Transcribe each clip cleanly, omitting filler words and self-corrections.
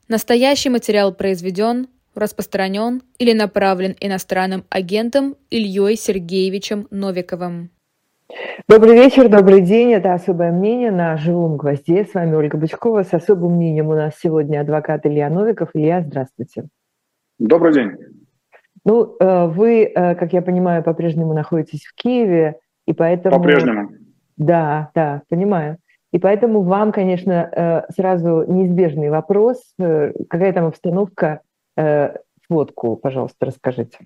Настоящий материал произведен, распространен или направлен иностранным агентом Ильей Сергеевичем Новиковым. Добрый вечер, добрый день. Это «Особое мнение» на «Живом гвозде». С вами Ольга Бычкова. С особым мнением у нас сегодня адвокат Илья Новиков. Илья, здравствуйте. Добрый день. Ну, вы, как я понимаю, по-прежнему находитесь в Киеве, и поэтому... По-прежнему. Да, понимаю. И поэтому вам, конечно, сразу неизбежный вопрос. Какая там обстановка? Сводку, пожалуйста, расскажите.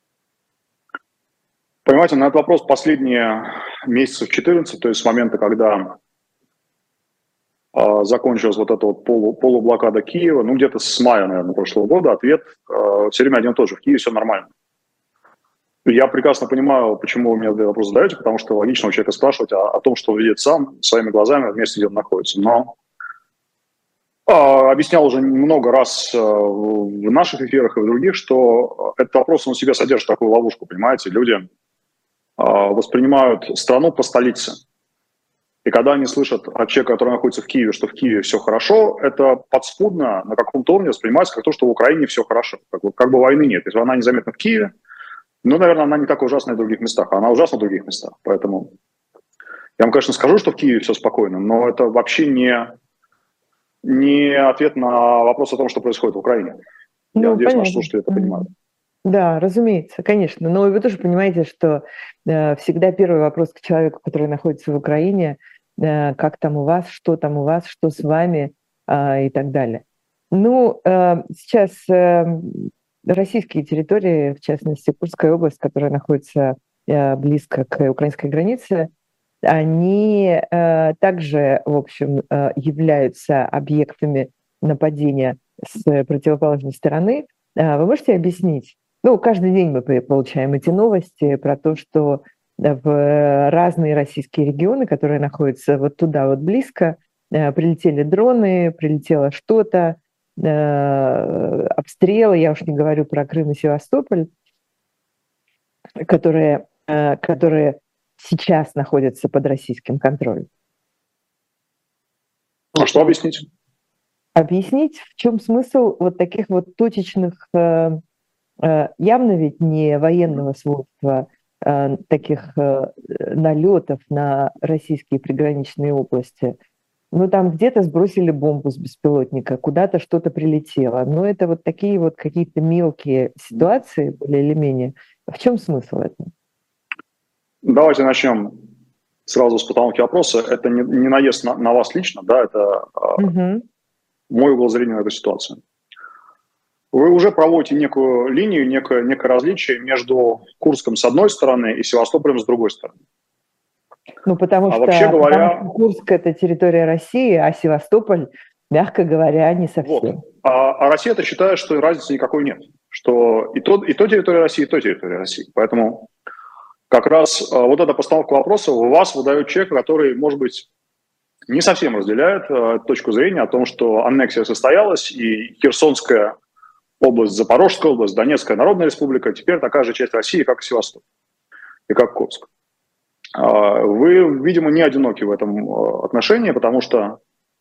Понимаете, на этот вопрос последние месяцев 14, то есть с момента, когда закончилась вот эта вот полублокада Киева, ну где-то с мая, наверное, прошлого года, ответ все время один и тот же: в Киеве все нормально. Я прекрасно понимаю, почему вы мне этот вопрос задаете, потому что логично у человека спрашивать о том, что он видит сам, своими глазами, в месте, где он находится. Но объяснял уже много раз в наших эфирах и в других, что этот вопрос, он в себе содержит такую ловушку, понимаете. Люди воспринимают страну по столице. И когда они слышат от человека, который находится в Киеве, что в Киеве все хорошо, это подспудно на каком-то уровне воспринимается как то, что в Украине все хорошо. Как бы войны нет. Если она незаметна в Киеве, ну, наверное, она не так ужасна в других местах. Она ужасна в других местах. Поэтому я вам, конечно, скажу, что в Киеве все спокойно, но это вообще не ответ на вопрос о том, что происходит в Украине. Я надеюсь, наши слушатели это понимают. Да, разумеется, конечно. Но вы тоже понимаете, что всегда первый вопрос к человеку, который находится в Украине: как там у вас, что с вами и так далее. Ну, сейчас российские территории, в частности, Курская область, которая находится близко к украинской границе, они также, в общем, являются объектами нападения с противоположной стороны. Вы можете объяснить? Ну, каждый день мы получаем эти новости про то, что в разные российские регионы, которые находятся вот туда вот близко, прилетели дроны, прилетело что-то, обстрелы, я уж не говорю про Крым и Севастополь, которые сейчас находятся под российским контролем. А что объяснить? Объяснить, в чем смысл вот таких вот точечных, явно ведь не военного свойства, таких налетов на российские приграничные области. Ну, там где-то сбросили бомбу с беспилотника, куда-то что-то прилетело. Но это вот такие вот какие-то мелкие ситуации, более или менее. В чем смысл этого? Давайте начнем сразу с постановки вопроса. Это не наезд на вас лично, да, это мой угол зрения на эту ситуацию. Вы уже проводите некую линию, некое различие между Курском с одной стороны и Севастополем с другой стороны. Ну, потому что Курск – это территория России, а Севастополь, мягко говоря, не совсем. Вот. А Россия это считает, что разницы никакой нет. Что и то территория России, и то территория России. Поэтому как раз вот эта постановка вопроса у вас выдает человека, который, может быть, не совсем разделяет точку зрения о том, что аннексия состоялась, и Херсонская область, Запорожская область, Донецкая Народная Республика теперь такая же часть России, как и Севастополь, и как Курск. Вы, видимо, не одиноки в этом отношении, потому что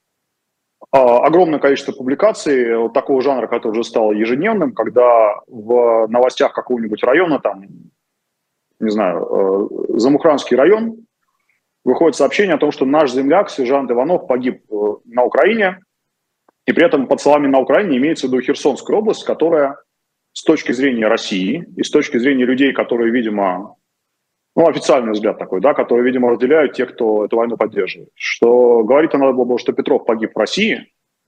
огромное количество публикаций вот такого жанра, который уже стал ежедневным, когда в новостях какого-нибудь района, там, не знаю, Замухранский район, выходит сообщение о том, что наш земляк, сержант Иванов, погиб на Украине, и при этом под словами «на Украине» имеется в виду Херсонская область, которая с точки зрения России и с точки зрения людей, которые, видимо, ну, официальный взгляд такой, да, которые, видимо, разделяют те, кто эту войну поддерживает, что говорить-то надо было, что Петров погиб в России.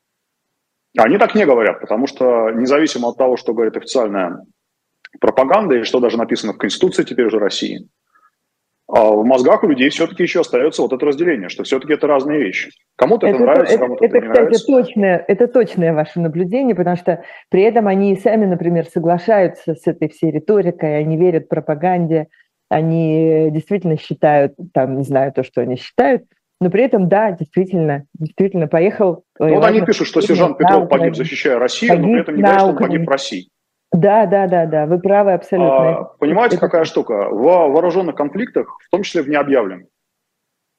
Они так не говорят, потому что независимо от того, что говорит официальная пропаганда и что даже написано в Конституции теперь уже России, в мозгах у людей все-таки еще остается вот это разделение, что все-таки это разные вещи. Кому-то это нравится, кому-то это не нравится. Это точное ваше наблюдение, потому что при этом они сами, например, соглашаются с этой всей риторикой, они верят пропаганде, они действительно считают, там, не знаю, то, что они считают, но при этом, да, действительно поехал... Ну, вот они пишут, что сержант Петров погиб, защищая Россию, но при этом не говорят, что он погиб в России. Да, вы правы абсолютно. Понимаете, какая штука? В вооруженных конфликтах, в том числе в необъявленных,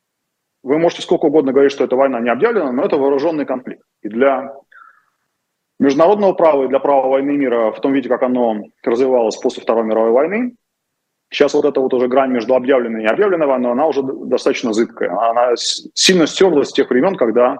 вы можете сколько угодно говорить, что эта война не объявлена, но это вооруженный конфликт. И для международного права и для права войны и мира в том виде, как оно развивалось после Второй мировой войны. Сейчас вот эта вот уже грань между объявленной и необъявленной войной, она уже достаточно зыбкая. Она сильно стерлась с тех времен, когда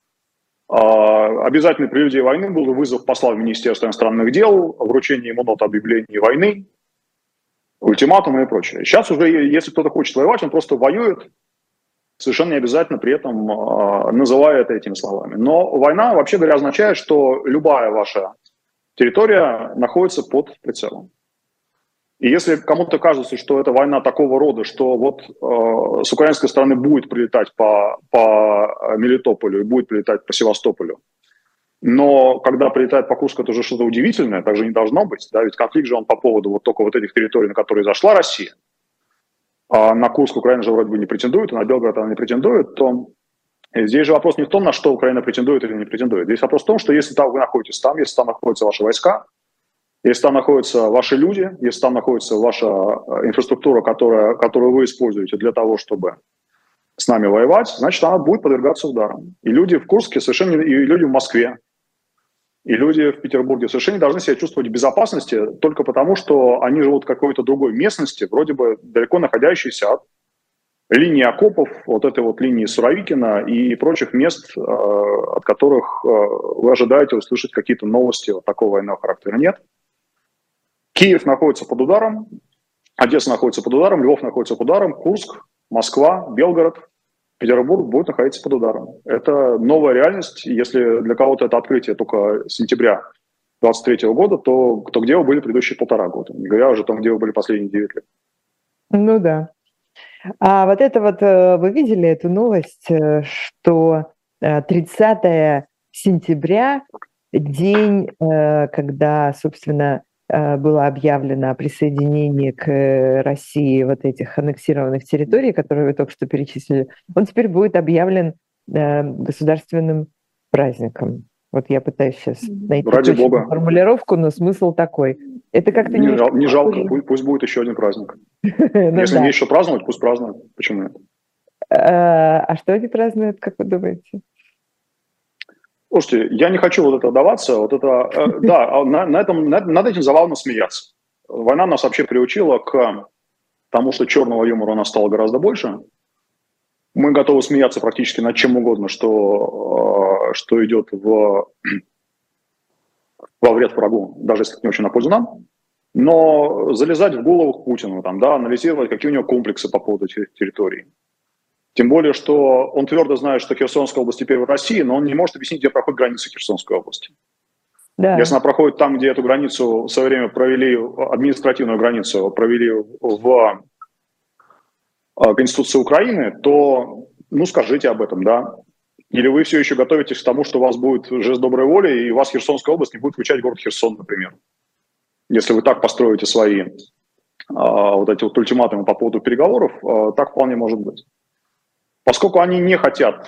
обязательной прелюдией войны был вызов посла в Министерство иностранных дел, вручение ему нот объявления войны, ультиматумы и прочее. Сейчас уже, если кто-то хочет воевать, он просто воюет, совершенно не обязательно при этом называя это этими словами. Но война, вообще говоря, означает, что любая ваша территория находится под прицелом. И если кому-то кажется, что это война такого рода, что вот с украинской стороны будет прилетать по Мелитополю и будет прилетать по Севастополю, но когда прилетает по Курску, это уже что-то удивительное, так же не должно быть. Да? Ведь конфликт же он по поводу вот только вот этих территорий, на которые зашла Россия, а на Курск Украина же вроде бы не претендует, и на Белгород она не претендует, то здесь же вопрос не в том, на что Украина претендует или не претендует. Здесь вопрос в том, что если вы находитесь там, если там находятся ваши войска, если там находятся ваши люди, если там находится ваша инфраструктура, которую вы используете для того, чтобы с нами воевать, значит, она будет подвергаться ударам. И люди в Курске совершенно, и люди в Москве, и люди в Петербурге совершенно не должны себя чувствовать в безопасности только потому, что они живут в какой-то другой местности, вроде бы далеко находящейся от линии окопов, вот этой вот линии Суровикина и прочих мест, от которых вы ожидаете услышать какие-то новости вот такого военного характера. Нет. Киев находится под ударом, Одесса находится под ударом, Львов находится под ударом, Курск, Москва, Белгород, Петербург будут находиться под ударом. Это новая реальность. Если для кого-то это открытие только сентября 2023 года, то где вы были предыдущие 1,5 года? Не говоря уже о том, где вы были последние 9 лет. Ну да. А вот это вот, вы видели эту новость, что 30 сентября, день, когда, собственно, было объявлено о присоединении к России вот этих аннексированных территорий, которые вы только что перечислили, он теперь будет объявлен государственным праздником. Вот я пытаюсь сейчас найти точную формулировку, но смысл такой. Это как-то не жалко, пусть будет еще один праздник. Если не еще праздновать, пусть празднуют. Почему нет? А что они празднуют, как вы думаете? Слушайте, я не хочу вот это вдаваться. Вот это, да, над этим забавно смеяться. Война нас вообще приучила к тому, что черного юмора у нас стало гораздо больше. Мы готовы смеяться практически над чем угодно, что идет во вред врагу, даже если это не очень на пользу нам. Но залезать в голову к Путину, там, да, анализировать, какие у него комплексы по поводу этих территорий. Тем более, что он твердо знает, что Херсонская область теперь в России, но он не может объяснить, где проходит граница Херсонской области. Да. Если она проходит там, где эту границу в свое время провели, административную границу провели в Конституции Украины, то, скажите об этом, да. Или вы все еще готовитесь к тому, что у вас будет жест доброй воли, и у вас Херсонская область не будет включать город Херсон, например. Если вы так построите свои вот эти вот ультиматумы по поводу переговоров, так вполне может быть. Поскольку они не хотят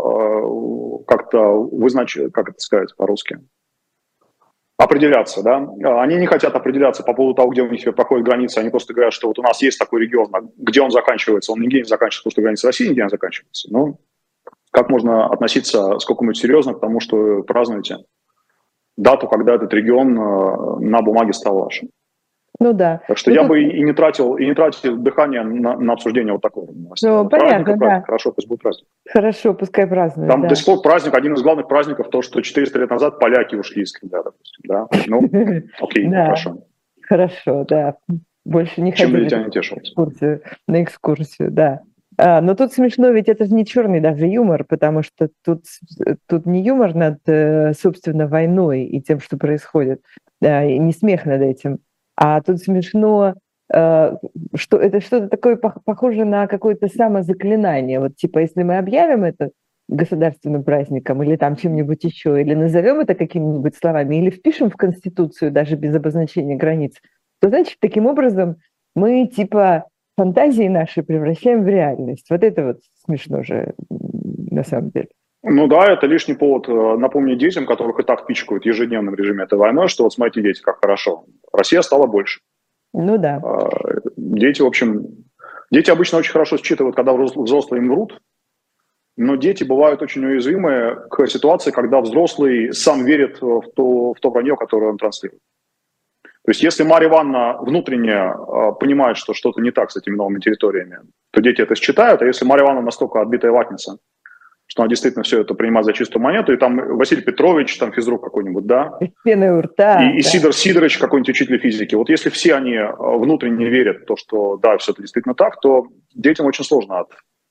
как-то как это сказать по-русски, определяться, да, они не хотят определяться по поводу того, где у них проходит граница, они просто говорят, что вот у нас есть такой регион, где он заканчивается, он нигде не заканчивается, потому что граница России нигде не заканчивается. Ну, как можно относиться сколько-нибудь серьезно к тому, что празднуете дату, когда этот регион на бумаге стал вашим? Ну да. Так что я бы и не тратил дыхание на обсуждение вот такого. Ну, понятно, да. Хорошо, пусть будет праздник. Хорошо, пускай празднуют. Там до сих пор праздник, один из главных праздников, то, что 400 лет назад поляки ушли из Кремля, допустим, да. Ну, окей, хорошо. Хорошо, да. Больше не чем ходили летяне тешился. На экскурсию, да. Но тут смешно, ведь это же не черный даже юмор, потому что тут не юмор над, собственно, войной и тем, что происходит, да, и не смех над этим. А тут смешно, что это что-то такое похоже на какое-то самозаклинание. Вот типа, если мы объявим это государственным праздником или там чем-нибудь еще, или назовем это какими-нибудь словами, или впишем в Конституцию даже без обозначения границ, то, значит, таким образом мы типа фантазии наши превращаем в реальность. Вот это вот смешно же на самом деле. Ну да, это лишний повод напомнить детям, которых и так пичкают в ежедневном режиме этой войной, что вот смотрите, дети, как хорошо. Россия стала больше. Ну да. Дети, в общем, дети обычно очень хорошо считывают, когда взрослые им врут, но дети бывают очень уязвимы к ситуации, когда взрослый сам верит в то вранье, которое он транслирует. То есть если Марья Ивановна внутренне понимает, что что-то не так с этими новыми территориями, то дети это считают, а если Марья Ивановна настолько отбитая ватница, что она действительно все это принимает за чистую монету, и там Василий Петрович, там физрук какой-нибудь, да, пеной у рта, и Сидор Сидорович, какой-нибудь учитель физики. Вот если все они внутренне верят в то, что да, все это действительно так, то детям очень сложно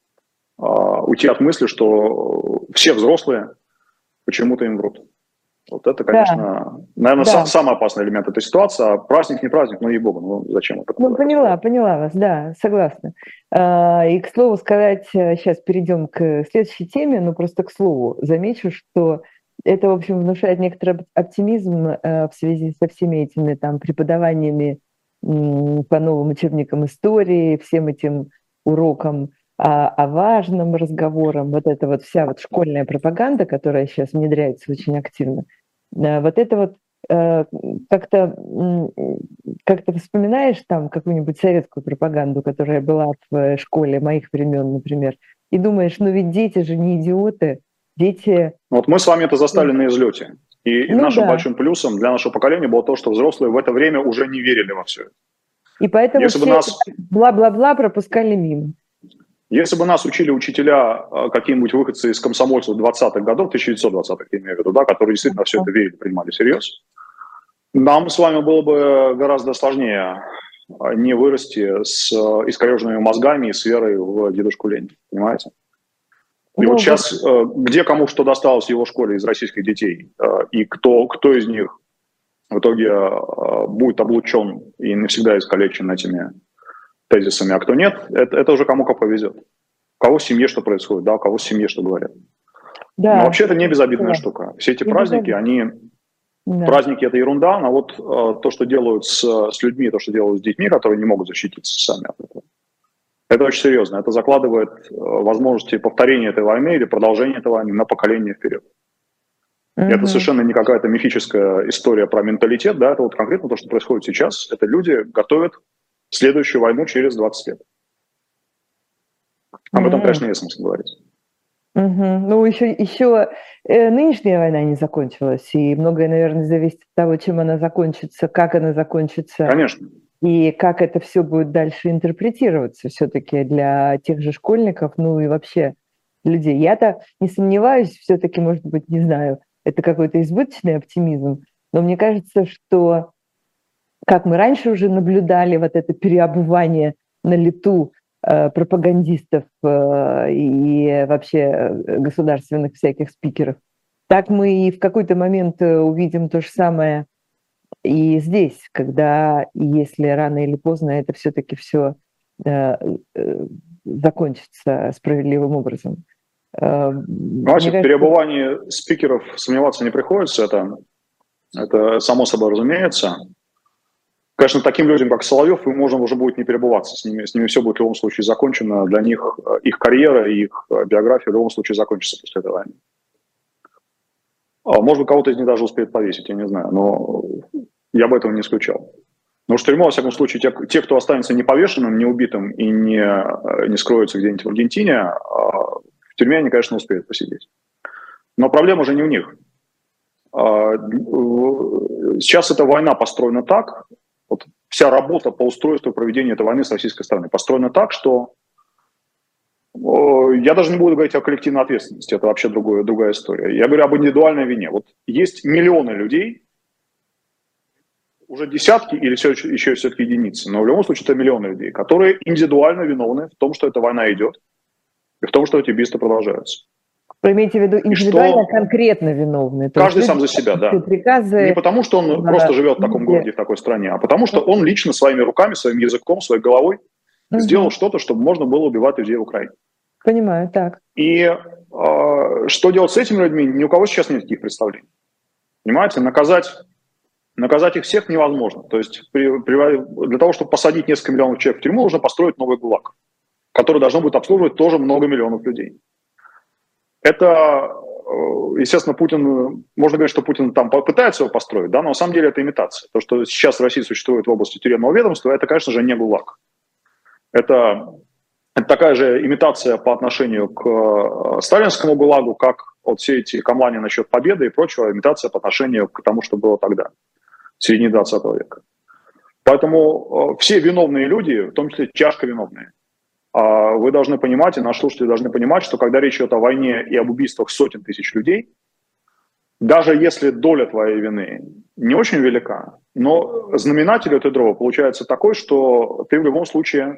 уйти от мысли, что все взрослые почему-то им врут. Вот это, конечно, наверное, самый опасный элемент этой ситуации. А праздник, не праздник, ну, ей-богу, ну зачем это? Ну, поняла вас, да, согласна. И, к слову сказать, сейчас перейдем к следующей теме, но просто к слову замечу, что это, в общем, внушает некоторый оптимизм в связи со всеми этими там преподаваниями по новым учебникам истории, всем этим урокам о важном разговорам, вот эта вот вся вот школьная пропаганда, которая сейчас внедряется очень активно, вот это вот как-то вспоминаешь там какую-нибудь советскую пропаганду, которая была в школе моих времен, например, и думаешь, ну ведь дети же не идиоты, дети... Вот мы с вами это застали на излете. И нашим большим плюсом для нашего поколения было то, что взрослые в это время уже не верили во все это. И поэтому все бла-бла-бла пропускали мимо. Если бы нас учили учителя, какие-нибудь выходцы из комсомольцев 20-х годов, 1920-х, я имею в виду, да, которые действительно все это верили, принимали всерьез, нам с вами было бы гораздо сложнее не вырасти с искореженными мозгами и с верой в дедушку Ленина, понимаете? И вот сейчас, где кому что досталось в его школе из российских детей, и кто из них в итоге будет облучен и навсегда искалечен этими тезисами, а кто нет, это уже кому как повезет. У кого в семье что происходит, да, у кого в семье что говорят. Да. Но вообще это не безобидная штука. Все эти праздники, праздники это ерунда, но вот то, что делают с людьми, то, что делают с детьми, которые не могут защититься сами от этого, это очень серьезно. Это закладывает возможности повторения этой войны или продолжения этой войны на поколение вперед. Это совершенно не какая-то мифическая история про менталитет, да, это вот конкретно то, что происходит сейчас. Это люди готовят следующую войну через 20 лет. Об этом, конечно, есть смысл говорить. Ну, еще нынешняя война не закончилась, и многое, наверное, зависит от того, чем она закончится, как она закончится. Конечно. И как это все будет дальше интерпретироваться все-таки для тех же школьников, ну и вообще людей. Я-то не сомневаюсь, все-таки, может быть, не знаю, это какой-то избыточный оптимизм, но мне кажется, что как мы раньше уже наблюдали вот это переобувание на лету пропагандистов и вообще государственных всяких спикеров, так мы и в какой-то момент увидим то же самое и здесь, когда, если рано или поздно это все-таки все закончится справедливым образом. Значит, в переобувании спикеров сомневаться не приходится, это само собой разумеется. Конечно, таким людям, как Соловьев, можно уже будет не перебываться. С ними все будет в любом случае закончено. Для них их карьера и их биография в любом случае закончится после этой войны. Может быть, кого-то из них даже успеет повесить, я не знаю. Но я бы этого не исключал. Но в тюрьму, во всяком случае, те, кто останется не повешенным, не убитым и не скроется где-нибудь в Аргентине, в тюрьме они, конечно, успеют посидеть. Но проблема уже не у них. Сейчас эта война построена так, вот вся работа по устройству проведения этой войны с российской стороны построена так, что я даже не буду говорить о коллективной ответственности, это вообще другая история. Я говорю об индивидуальной вине. Вот есть миллионы людей, уже десятки или еще все-таки единицы, но в любом случае это миллионы людей, которые индивидуально виновны в том, что эта война идет, и в том, что эти убийства продолжаются. Вы имеете в виду индивидуально, конкретно виновны? Каждый сам за себя, да. Приказы, не потому, что он просто живет в таком городе, в такой стране, а потому, что он лично своими руками, своим языком, своей головой сделал что-то, чтобы можно было убивать людей в Украине. Понимаю, так. И что делать с этими людьми, ни у кого сейчас нет таких представлений. Понимаете, наказать их всех невозможно. То есть для того, чтобы посадить несколько миллионов человек в тюрьму, нужно построить новый ГУЛАГ, который должно будет обслуживать тоже много миллионов людей. Это, естественно, Путин, можно говорить, что Путин там попытается его построить, да, но на самом деле это имитация. То, что сейчас в России существует в области тюремного ведомства, это, конечно же, не ГУЛАГ. Это Это такая же имитация по отношению к сталинскому ГУЛАГу, как вот все эти камлания насчет победы и прочего, имитация по отношению к тому, что было тогда, в середине 20 века. Поэтому все виновные люди, в том числе тяжко виновные, вы должны понимать, и наши слушатели должны понимать, что когда речь идет о войне и об убийствах сотен тысяч людей, даже если доля твоей вины не очень велика, но знаменатель этой дроба получается такой, что ты в любом случае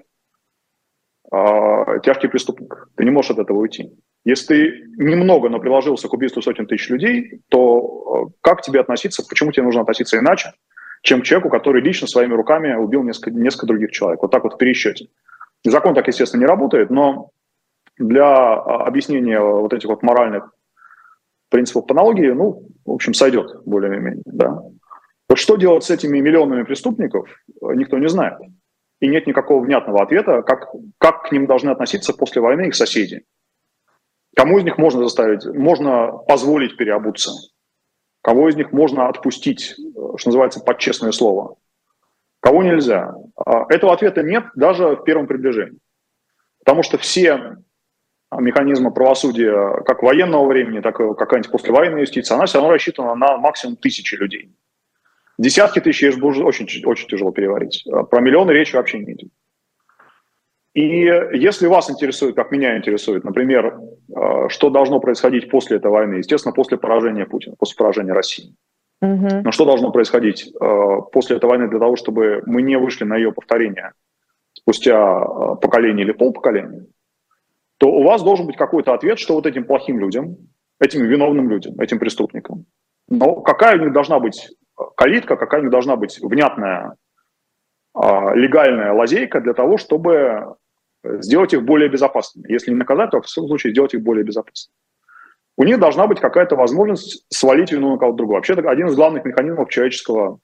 тяжкий преступник. Ты не можешь от этого уйти. Если ты немного, но приложился к убийству сотен тысяч людей, то как к тебе относиться, почему тебе нужно относиться иначе, чем к человеку, который лично своими руками убил несколько других человек? Вот так вот в пересчете. Закон так, естественно, не работает, но для объяснения вот этих вот моральных принципов по аналогии, в общем, сойдет более-менее. Да. Вот что делать с этими миллионами преступников, никто не знает. И нет никакого внятного ответа, как к ним должны относиться после войны их соседи. Кому из них можно позволить переобуться? Кого из них можно отпустить, что называется, под честное слово? Кого нельзя? Этого ответа нет даже в первом приближении. Потому что все механизмы правосудия, как военного времени, так и какая-нибудь послевоенная юстиция, она все равно рассчитана на максимум 1000 людей. Десятки тысяч очень, очень тяжело переварить. Про миллионы речи вообще не идет. И если вас интересует, как меня интересует, например, что должно происходить после этой войны, естественно, после поражения Путина, после поражения России. Но что должно происходить после этой войны для того, чтобы мы не вышли на ее повторение спустя поколение или полпоколения, то у вас должен быть какой-то ответ, что вот этим плохим людям, этим виновным людям, этим преступникам, но какая у них должна быть калитка, какая у них должна быть внятная легальная лазейка для того, чтобы сделать их более безопасными. Если не наказать, то в любом случае сделать их более безопасными. У них должна быть какая-то возможность свалить вину на кого-то другого. Вообще, это один из главных механизмов человеческой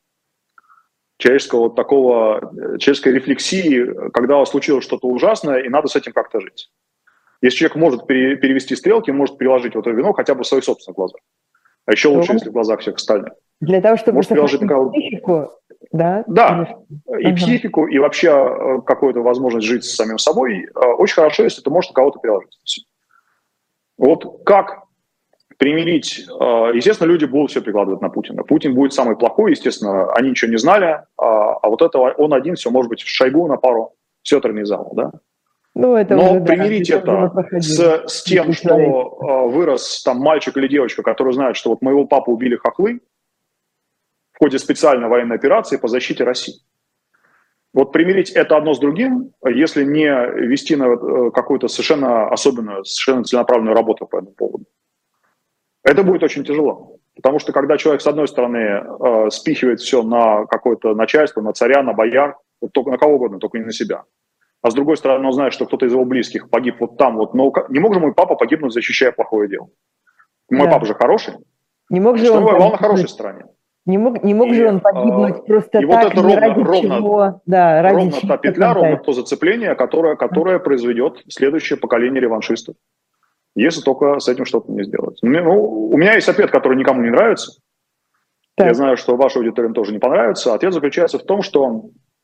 рефлексии, когда случилось что-то ужасное, и надо с этим как-то жить. Если человек может перевести стрелки, может переложить вот это вино хотя бы в своих собственных глазах. А еще лучше, если в глазах всех остальных. Для того, чтобы сохранить психику, да? Да, и психику, и вообще какую-то возможность жить с самим собой. Очень хорошо, если ты можешь на кого-то переложить. Вот как примирить... Естественно, люди будут все прикладывать на Путина. Путин будет самый плохой, естественно, они ничего не знали, а вот это он один, все, может быть, Шойгу на пару, все организовал, да? Но уже, примирить это с тем, что вырос там мальчик или девочка, который знает, что вот моего папу убили хохлы в ходе специальной военной операции по защите России. Вот примирить это одно с другим, если не вести на какую-то совершенно особенную, совершенно целенаправленную работу по этому поводу. Это будет очень тяжело. Потому что когда человек, с одной стороны, спихивает все на какое-то начальство, на царя, на бояр, вот только на кого угодно, только не на себя. А с другой стороны, он знает, что кто-то из его близких погиб вот там. Вот, но не мог же мой папа погибнуть, защищая плохое дело. Мой папа же хороший. Не мог же он воевал на хорошей стороне. Не мог же он погибнуть просто и так, вот это ровно та петля, ровно то зацепление, которое произведет следующее поколение реваншистов. Если только с этим что-то не сделать. У меня есть ответ, который никому не нравится. Так. Я знаю, что вашей аудитории тоже не понравится. Ответ заключается в том, что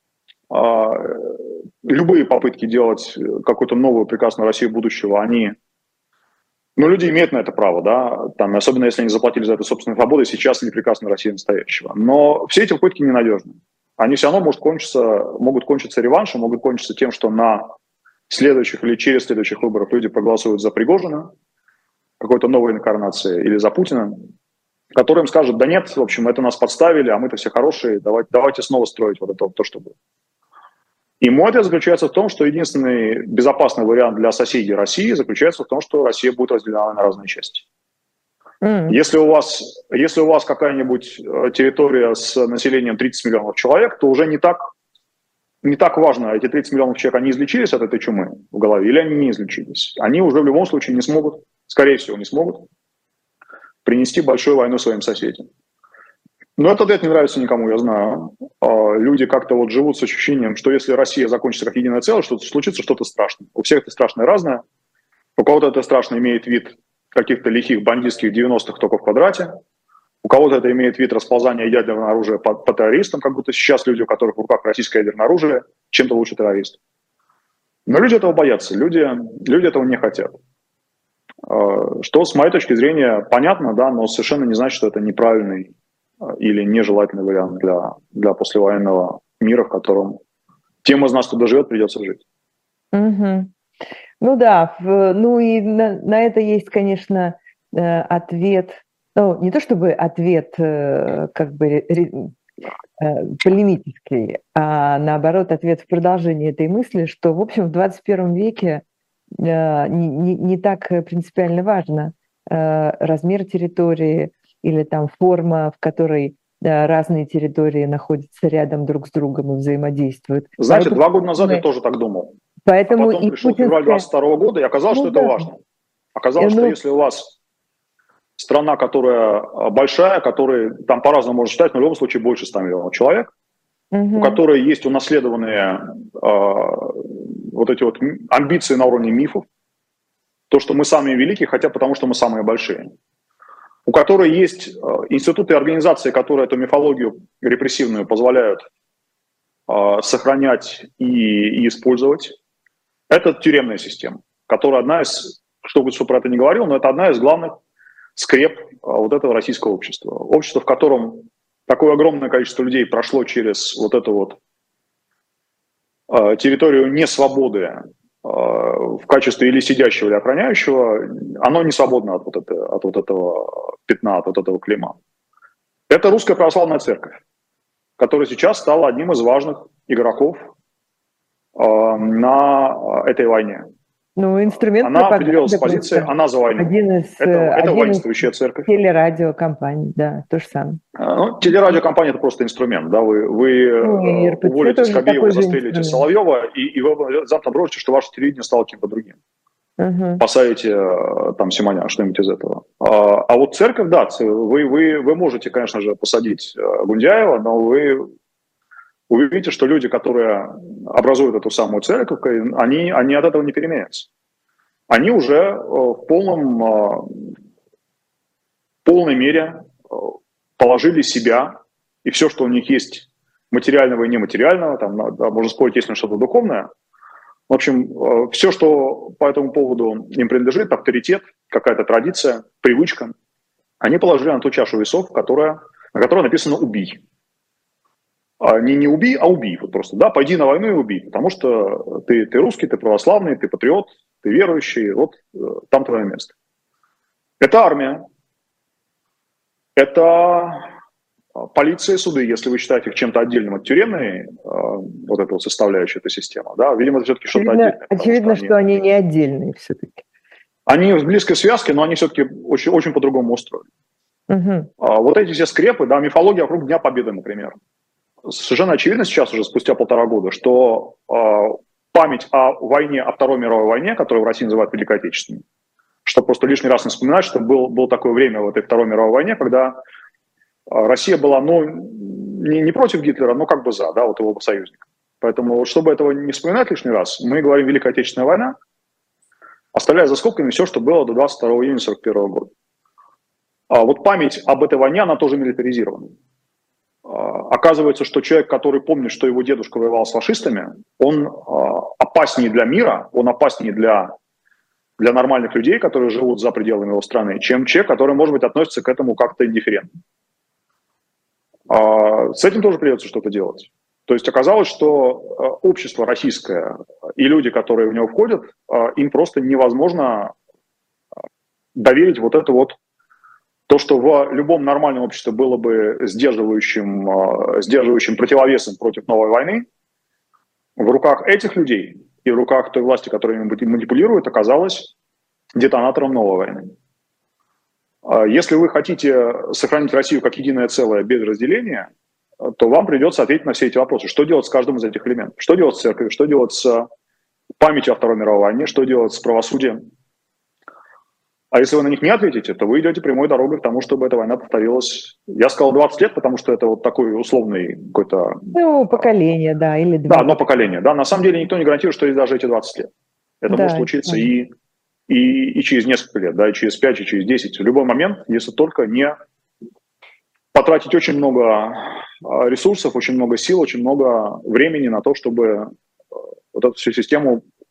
любые попытки делать какую-то новую прекрасную Россию будущего, люди имеют на это право, да, там, особенно если они заплатили за это собственной свободой, сейчас не прекрасная Россия настоящего. Но все эти попытки ненадежны. Они все равно могут кончиться реваншем, могут кончиться тем, что на следующих или через следующих выборах люди проголосуют за Пригожина, какой-то новой инкарнации, или за Путина, который им скажет: да нет, в общем, это нас подставили, а мы-то все хорошие, давайте снова строить вот это то, что было. И мой ответ заключается в том, что единственный безопасный вариант для соседей России заключается в том, что Россия будет разделена на разные части. Если у вас какая-нибудь территория с населением 30 миллионов человек, то уже не так важно, эти 30 миллионов человек, они излечились от этой чумы в голове или они не излечились. Они уже в любом случае не смогут, скорее всего, не смогут принести большую войну своим соседям. Но этот ответ не нравится никому, я знаю. Люди как-то вот живут с ощущением, что если Россия закончится как единое целое, что случится что-то страшное. У всех это страшное разное. У кого-то это страшно имеет вид каких-то лихих бандитских 90-х только в квадрате. У кого-то это имеет вид расползания ядерного оружия по террористам, как будто сейчас люди, у которых в руках российское ядерное оружие, чем-то лучше террористов. Но люди этого боятся, люди этого не хотят. Что, с моей точки зрения, понятно, да, но совершенно не значит, что это неправильный или нежелательный вариант для послевоенного мира, в котором тем из нас, кто доживет, придется жить. Угу. Ну да, ну и на это есть, конечно, ответ, ну не то чтобы ответ как бы полемический, а наоборот ответ в продолжении этой мысли, что, в общем, в 21 веке не так принципиально важно размер территории или там форма, в которой разные территории находятся рядом друг с другом и взаимодействуют. Знаете, 2 года назад я тоже так думал. Поэтому потом пришел февраль 22 года, и оказалось, что это важно. Оказалось, что если у вас страна, которая большая, которая там по-разному можно считать, но в любом случае больше 100 миллионов человек, у которой есть унаследованные вот эти вот амбиции на уровне мифов, то, что мы самые великие, хотя потому что мы самые большие, у которой есть институты и организации, которые эту мифологию репрессивную позволяют сохранять и использовать. Это тюремная система, которая одна из, что бы про это ни говорил, но это одна из главных скреп вот этого российского общества. Общество, в котором такое огромное количество людей прошло через вот эту вот территорию несвободы в качестве или сидящего, или охраняющего, оно не свободно от вот этого пятна, от вот этого клейма. Это Русская Православная Церковь, которая сейчас стала одним из важных игроков на этой войне. Ну, инструмент она определилась с позиции, она за войну. Это воинствующая церковь. Телерадиокомпания, да, то же самое. Ну, телерадиокомпания – это просто инструмент. Да? Вы уволите Скобеева, застрелите Соловьева, и вы завтра бросите, что ваше телевидение стало кем-то другим. Посадите там Симонян, что-нибудь из этого. А вот церковь, да, вы можете, конечно же, посадить Гундяева, но вы увидите, что люди, которые образуют эту самую церковь, они от этого не переменятся. Они уже в полной мере положили себя и все, что у них есть материального и нематериального, там, да, можно спорить, есть ли что-то духовное. В общем, все, что по этому поводу им принадлежит, авторитет, какая-то традиция, привычка, они положили на ту чашу весов, на которой написано «убий». Не убий, а убий. Вот просто, да, пойди на войну и убей, потому что ты русский, ты православный, ты патриот, ты верующий, вот там твое место. Это армия, это полиция, суды, если вы считаете их чем-то отдельным от тюремной, вот этой вот составляющей этой системы, да, видимо, это все-таки что-то отдельное. Очевидно, что они не отдельные все-таки. Они в близкой связке, но они все-таки очень, очень по-другому устроены. Вот эти все скрепы, да, мифология вокруг Дня Победы, например. Совершенно очевидно сейчас уже спустя 1,5 года, что память о войне, о Второй мировой войне, которую в России называют Великой Отечественной, что просто лишний раз не вспоминать, что было такое время в этой Второй мировой войне, когда Россия была, ну, не против Гитлера, но как бы за, да, вот его союзника. Поэтому, чтобы этого не вспоминать лишний раз, мы говорим Великая Отечественная война, оставляя за скобками все, что было до 22 июня 1941 года. А вот память об этой войне, она тоже милитаризирована. Оказывается, что человек, который помнит, что его дедушка воевал с фашистами, он опаснее для мира, он опаснее для нормальных людей, которые живут за пределами его страны, чем человек, который, может быть, относится к этому как-то индифферентно. С этим тоже придется что-то делать. То есть оказалось, что общество российское и люди, которые в него входят, им просто невозможно доверить вот это вот то, что в любом нормальном обществе было бы сдерживающим противовесом против новой войны, в руках этих людей и в руках той власти, которая ими манипулирует, оказалось детонатором новой войны. Если вы хотите сохранить Россию как единое целое без разделения, то вам придется ответить на все эти вопросы. Что делать с каждым из этих элементов? Что делать с церковью? Что делать с памятью о Второй мировой войне? Что делать с правосудием? А если вы на них не ответите, то вы идете прямой дорогой к тому, чтобы эта война повторилась. Я сказал 20 лет, потому что это вот такой условный какой-то... Ну, поколение, да, или 2. Да, одно поколение. Да, на самом деле никто не гарантирует, что есть даже эти 20 лет. Это может случиться и через несколько лет, да, и через 5, и через 10. В любой момент, если только не потратить очень много ресурсов, очень много сил, очень много времени на то, чтобы вот эту всю систему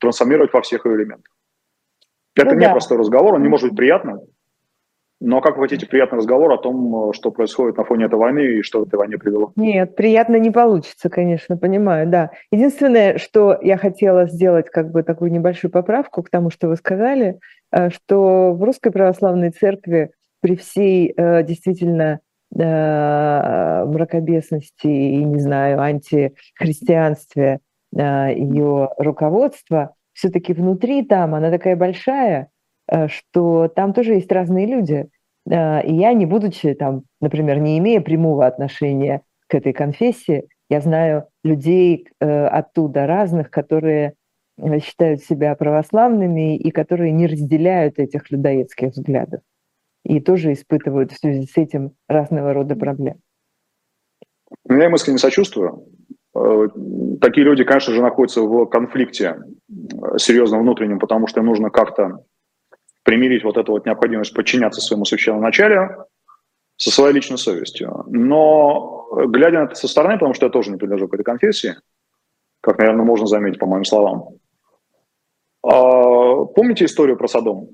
трансформировать во всех ее элементах. Это Ну, непростой разговор, он не может быть приятным, но как вы хотите приятный разговор о том, что происходит на фоне этой войны и что к этой войне привело? Нет, приятно не получится, конечно, понимаю, да. Единственное, что я хотела сделать, как бы такую небольшую поправку к тому, что вы сказали, что в Русской Православной Церкви при всей действительно мракобесности и, не знаю, антихристианстве ее руководства, все-таки внутри там она такая большая, что там тоже есть разные люди. И я, не будучи там, например, не имея прямого отношения к этой конфессии, я знаю людей оттуда разных, которые считают себя православными и которые не разделяют этих людоедских взглядов и тоже испытывают в связи с этим разного рода проблемы. Я им искренне сочувствую. Такие люди, конечно же, находятся в конфликте серьезном внутреннем, потому что им нужно как-то примирить вот эту вот необходимость подчиняться своему священному началу со своей личной совестью. Но глядя на это со стороны, потому что я тоже не принадлежу к этой конфессии, как, наверное, можно заметить по моим словам. Помните историю про Содом?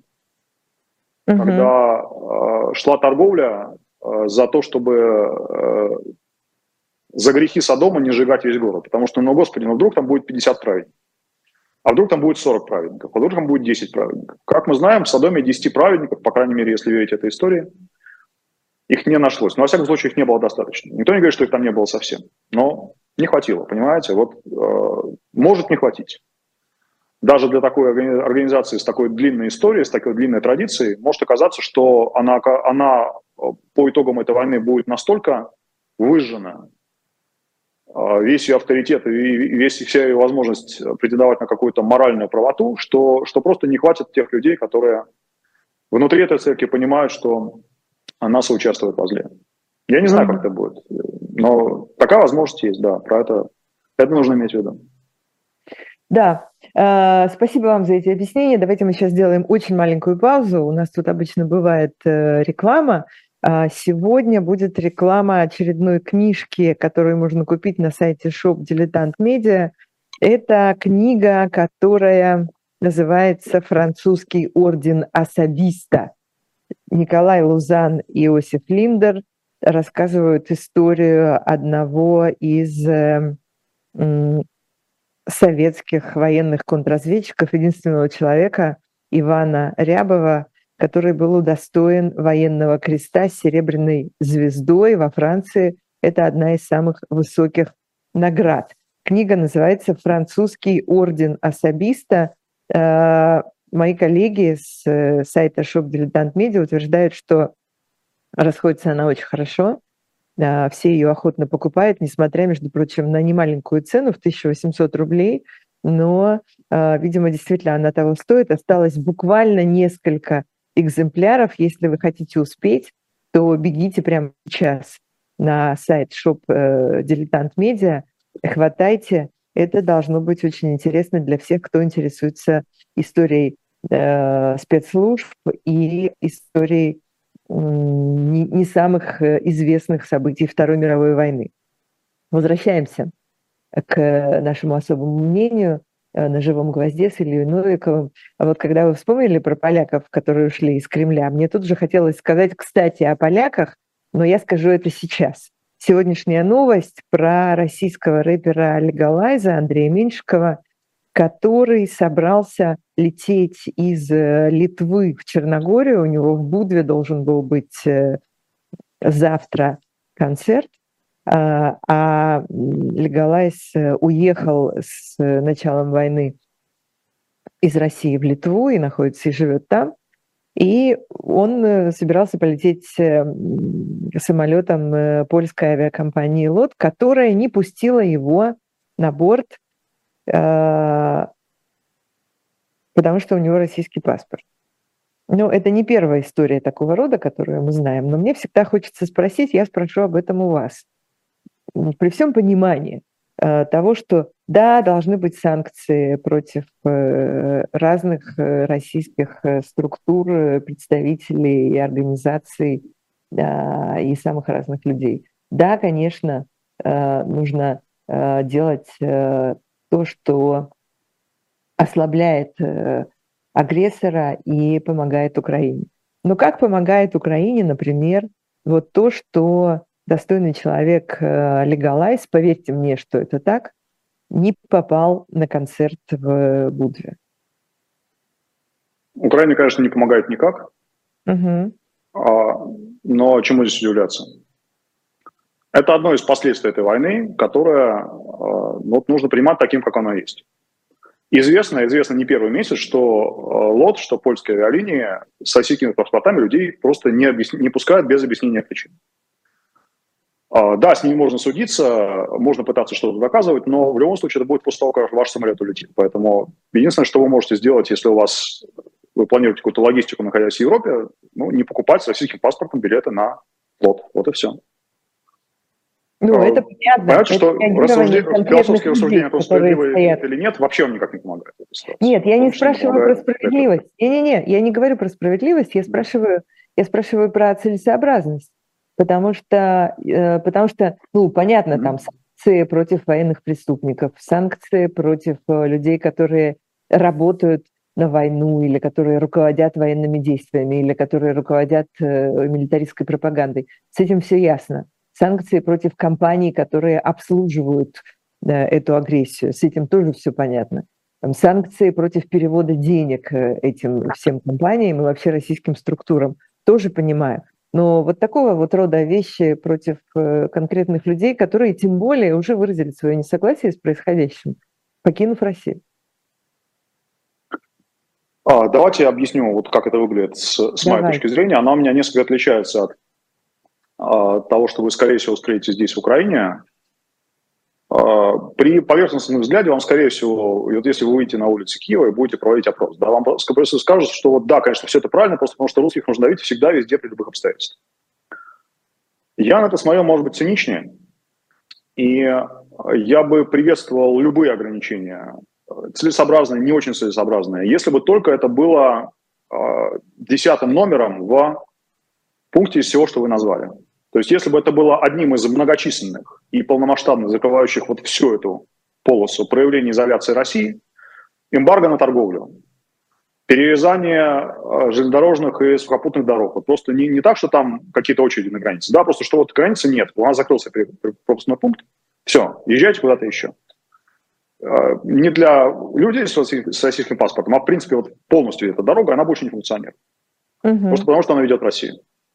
Когда шла торговля за то, чтобы за грехи Содома не сжигать весь город. Потому что, ну, Господи, ну вдруг там будет 50 праведников. А вдруг там будет 40 праведников, а вдруг там будет 10 праведников. Как мы знаем, в Содоме 10 праведников, по крайней мере, если верить этой истории, их не нашлось. Но, во всяком случае, их не было достаточно. Никто не говорит, что их там не было совсем. Но не хватило, понимаете? Вот может не хватить. Даже для такой организации с такой длинной историей, с такой длинной традицией, может оказаться, что она по итогам этой войны будет настолько выжжена, весь ее авторитет и вся ее возможность претендовать на какую-то моральную правоту, что просто не хватит тех людей, которые внутри этой церкви понимают, что она соучаствует во зле. Я не знаю, как это будет, но такая возможность есть, да, про это нужно иметь в виду. Да, спасибо вам за эти объяснения. Давайте мы сейчас сделаем очень маленькую паузу. У нас тут обычно бывает реклама. Сегодня будет реклама очередной книжки, которую можно купить на сайте Shop Dilettant Media. Это книга, которая называется «Французский орден особиста». Николай Лузан и Иосиф Линдер рассказывают историю одного из советских военных контрразведчиков, единственного человека, Ивана Рябова, который был удостоен военного креста с серебряной звездой во Франции. Это одна из самых высоких наград. Книга называется «Французский орден особиста». Мои коллеги с сайта Shop Dilettant Media утверждают, что расходится она очень хорошо. Все ее охотно покупают, несмотря, между прочим, на немаленькую цену в 1800 рублей. Но, видимо, действительно она того стоит. Осталось буквально несколько экземпляров. Если вы хотите успеть, то бегите прямо сейчас на сайт Shop Dilettant Media, хватайте. Это должно быть очень интересно для всех, кто интересуется историей спецслужб и историей не самых известных событий Второй мировой войны. Возвращаемся к нашему особому мнению на «Живом гвозде» с Ильей Новиковым. А вот когда вы вспомнили про поляков, которые ушли из Кремля, мне тут же хотелось сказать, кстати, о поляках, но я скажу это сейчас. Сегодняшняя новость про российского рэпера Легалайза Андрея Меньшикова, который собрался лететь из Литвы в Черногорию. У него в Будве должен был быть завтра концерт, а Легалайз уехал с началом войны из России в Литву и находится и живет там. И он собирался полететь самолетом польской авиакомпании «Лот», которая не пустила его на борт, потому что у него российский паспорт. Но это не первая история такого рода, которую мы знаем. Но мне всегда хочется спросить, я спрошу об этом у вас. При всем понимании того, что да, должны быть санкции против разных российских структур, представителей и организаций, и самых разных людей. Да, конечно, нужно делать то, что ослабляет агрессора и помогает Украине. Но как помогает Украине, например, вот то, что достойный человек Лигалайз, поверьте мне, что это так, не попал на концерт в Будве? Украине, конечно, не помогает никак. Угу. Но чему здесь удивляться? Это одно из последствий этой войны, которое нужно принимать таким, как оно есть. Известно не первый месяц, что ЛОТ, что польские авиалинии с российскими паспортами людей просто не пускают без объяснения причин. Да, с ними можно судиться, можно пытаться что-то доказывать, но в любом случае это будет после того, как ваш самолет улетит. Поэтому единственное, что вы можете сделать, если вы планируете какую-то логистику, находясь в Европе, не покупать с российским паспортом билеты на ЛОТ. Вот и все. Это понятно. Понятно, что философские рассуждения про справедливость или нет вообще вам никак не помогают. Нет, я не спрашиваю про справедливость. Не, я не говорю про справедливость, я спрашиваю про целесообразность. Потому что, понятно, там санкции против военных преступников, санкции против людей, которые работают на войну, или которые руководят военными действиями, или которые руководят милитаристской пропагандой. С этим все ясно. Санкции против компаний, которые обслуживают эту агрессию. С этим тоже все понятно. Санкции против перевода денег этим всем компаниям и вообще российским структурам тоже понимаю. Но вот такого вот рода вещи против конкретных людей, которые тем более уже выразили свое несогласие с происходящим, покинув Россию. Давайте я объясню, вот как это выглядит с моей точки зрения. Она у меня несколько отличается от того, что вы, скорее всего, встретите здесь, в Украине. При поверхностном взгляде вам, скорее всего, вот если вы выйдете на улицы Киева и будете проводить опрос, да, вам скажут, что вот да, конечно, все это правильно, просто потому что русских нужно давить всегда, везде, при любых обстоятельствах. Я на это смотрел, может быть, циничнее, и я бы приветствовал любые ограничения, целесообразные, не очень целесообразные, если бы только это было 10-м номером в пункте из всего, что вы назвали. То есть если бы это было одним из многочисленных и полномасштабных, закрывающих вот всю эту полосу проявлений изоляции России, эмбарго на торговлю, перерезание железнодорожных и сухопутных дорог. Вот просто не так, что там какие-то очереди на границе, да, просто что вот границы нет, у нас закрылся пропускной пункт, все, езжайте куда-то еще. Не для людей с российским паспортом, а в принципе вот полностью эта дорога, она больше не функционирует. Просто потому, что она ведет Россию.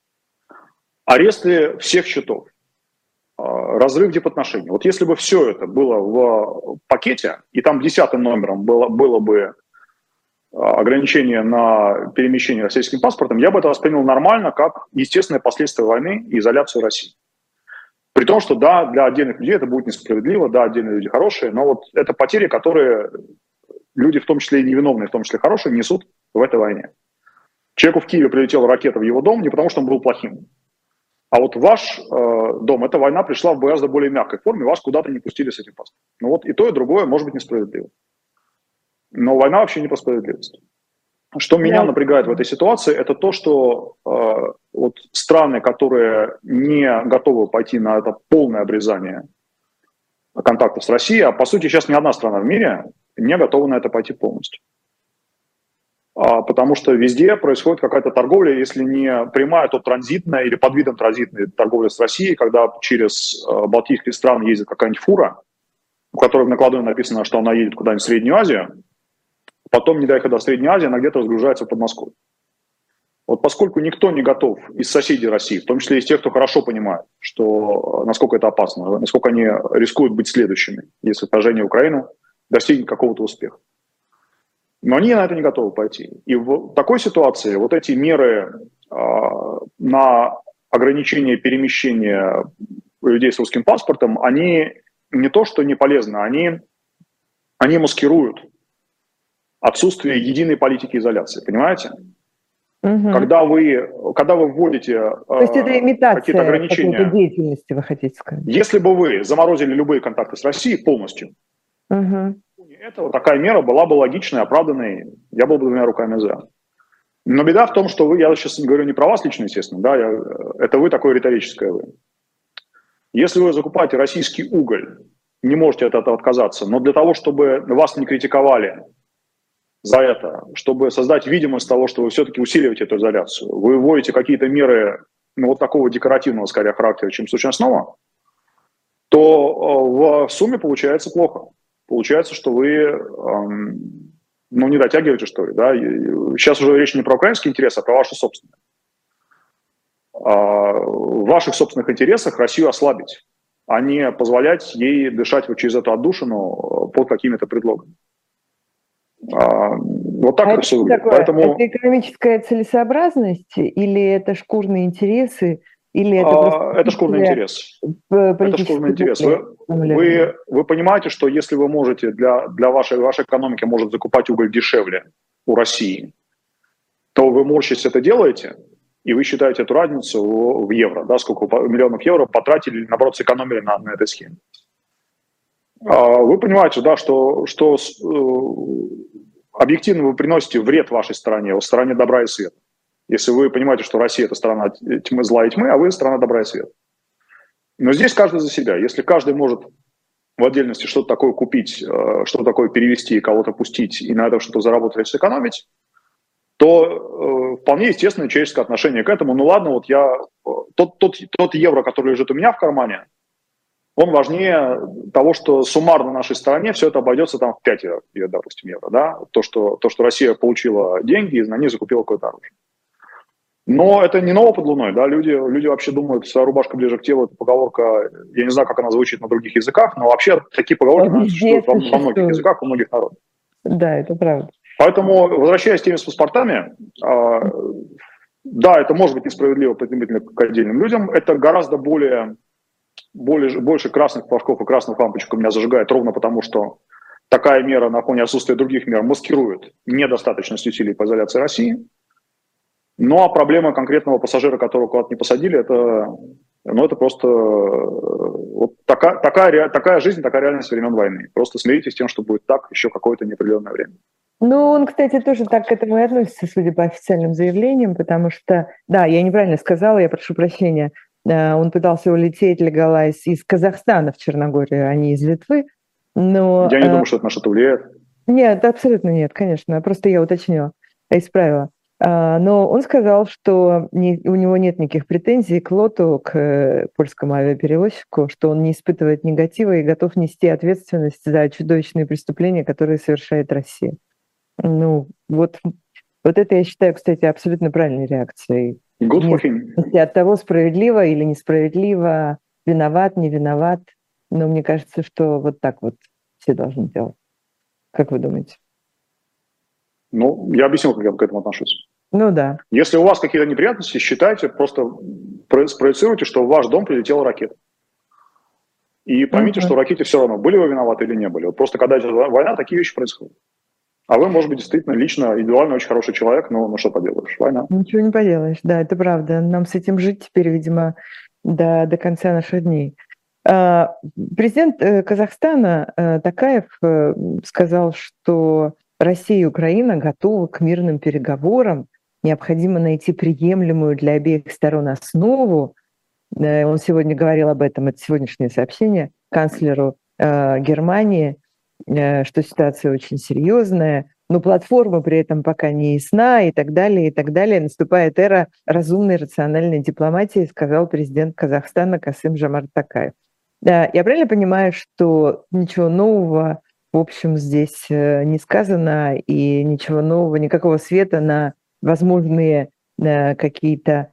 Аресты всех счетов, разрыв дипотношений. Вот если бы все это было в пакете, и там 10-м номером было бы ограничение на перемещение российским паспортом, я бы это воспринял нормально, как естественное последствие войны и изоляцию России. При том, что да, для отдельных людей это будет несправедливо, да, отдельные люди хорошие, но вот это потери, которые люди, в том числе и невиновные, в том числе хорошие, несут в этой войне. Человеку в Киеве прилетела ракета в его дом не потому, что он был плохим. А вот ваш дом, эта война пришла в гораздо более мягкой форме, вас куда-то не пустили с этим паспортом. Ну вот и то, и другое может быть несправедливо. Но война вообще не про справедливость. Что меня напрягает в этой ситуации, это то, что вот страны, которые не готовы пойти на это полное обрезание контактов с Россией, а по сути сейчас ни одна страна в мире не готова на это пойти полностью. Потому что везде происходит какая-то торговля, если не прямая, то транзитная или под видом транзитной торговли с Россией, когда через балтийские страны ездит какая-нибудь фура, у которой в накладной написано, что она едет куда-нибудь в Среднюю Азию, потом, не доехав до Средней Азии, она где-то разгружается в Подмосковье. Вот поскольку никто не готов из соседей России, в том числе из тех, кто хорошо понимает, что насколько это опасно, насколько они рискуют быть следующими, если вторжение в Украину достигнет какого-то успеха. Но они на это не готовы пойти. И в такой ситуации вот эти меры на ограничение перемещения людей с русским паспортом, они не то что не полезны, они маскируют отсутствие единой политики изоляции, понимаете? Угу. Когда вы вводите какие-то ограничения, деятельности, вы хотите сказать. Если бы вы заморозили любые контакты с Россией полностью, это такая мера была бы логичной, оправданной, я был бы двумя руками за. Но беда в том, что я сейчас говорю не про вас лично, естественно, да, это вы такое риторическое вы. Если вы закупаете российский уголь, не можете от этого отказаться, но для того, чтобы вас не критиковали за это, чтобы создать видимость того, что вы все-таки усиливаете эту изоляцию, вы вводите какие-то меры вот такого декоративного, скорее, характера, чем сущностного, то в сумме получается плохо. Получается, что вы не дотягиваете, что ли. Да? Сейчас уже речь не про украинские интересы, а про ваши собственные. В ваших собственных интересах Россию ослабить, а не позволять ей дышать вот через эту отдушину под какими-то предлогами. Вот так это все выглядит. Поэтому... Это экономическая целесообразность или это шкурные интересы? Или это шкурный интерес. Это шкурный интерес. Вы понимаете, что если вы можете для вашей экономики может закупать уголь дешевле у России, то вы морщись это делаете, и вы считаете эту разницу в евро, да, сколько миллионов евро потратили, наоборот, сэкономили на этой схеме. Вы понимаете, да, что объективно вы приносите вред вашей стране, стороне добра и света. Если вы понимаете, что Россия – это страна тьмы, зла и тьмы, а вы – страна добра и света. Но здесь каждый за себя. Если каждый может в отдельности что-то такое купить, что-то такое перевести, кого-то пустить и на этом что-то заработать и сэкономить, то вполне естественное человеческое отношение к этому. Ну ладно, вот тот евро, который лежит у меня в кармане, он важнее того, что суммарно нашей стране все это обойдется там в 5, допустим, евро. Да? То, что Россия получила деньги и на них закупила какое-то оружие. Но это не ново под луной, да, люди вообще думают, своя рубашка ближе к телу, это поговорка, я не знаю, как она звучит на других языках, но вообще такие поговорки существуют во многих языках, у многих народов. Да, это правда. Поэтому, возвращаясь к теме с паспортами, да, это может быть несправедливо применительно к отдельным людям, это гораздо больше красных флажков и красных лампочек у меня зажигает, ровно потому, что такая мера на фоне отсутствия других мер маскирует недостаточность усилий по изоляции России. Ну, а проблема конкретного пассажира, которого куда-то не посадили, это просто вот такая жизнь, такая реальность времен войны. Просто смиритесь с тем, что будет так еще какое-то неопределенное время. Ну, он, кстати, тоже так к этому и относится, судя по официальным заявлениям, потому что, да, я неправильно сказала, я прошу прощения, он пытался улететь, легалайз из Казахстана в Черногорию, а не из Литвы, но... Я не думаю, что это на что-то влияет. Нет, абсолютно нет, конечно, просто я уточнила, исправила. Но он сказал, что у него нет никаких претензий к ЛОТу, к польскому авиаперевозчику, что он не испытывает негатива и готов нести ответственность за чудовищные преступления, которые совершает Россия. Ну, вот это я считаю, кстати, абсолютно правильной реакцией. Good for him. От того, справедливо или несправедливо, виноват, не виноват. Но мне кажется, что вот так вот все должны делать. Как вы думаете? Ну, я объяснил, как я к этому отношусь. Ну да. Если у вас какие-то неприятности, считайте, просто спроецируйте, что в ваш дом прилетела ракета. И поймите, что в ракете все равно, были вы виноваты или не были. Вот просто когда идет война, такие вещи происходят. А вы, может быть, действительно лично, индивидуально очень хороший человек, но ну что поделаешь, война. Ничего не поделаешь, да, это правда. Нам с этим жить теперь, видимо, до конца наших дней. Президент Казахстана Токаев сказал, что Россия и Украина готовы к мирным переговорам, необходимо найти приемлемую для обеих сторон основу. Он сегодня говорил об этом, это сегодняшнее сообщение канцлеру Германии, что ситуация очень серьезная, но платформа при этом пока не ясна и так далее, и так далее. Наступает эра разумной, рациональной дипломатии, сказал президент Казахстана Касым-Жомарт Токаев. Да, я правильно понимаю, что ничего нового, в общем, здесь не сказано, и ничего нового, никакого света на возможные какие-то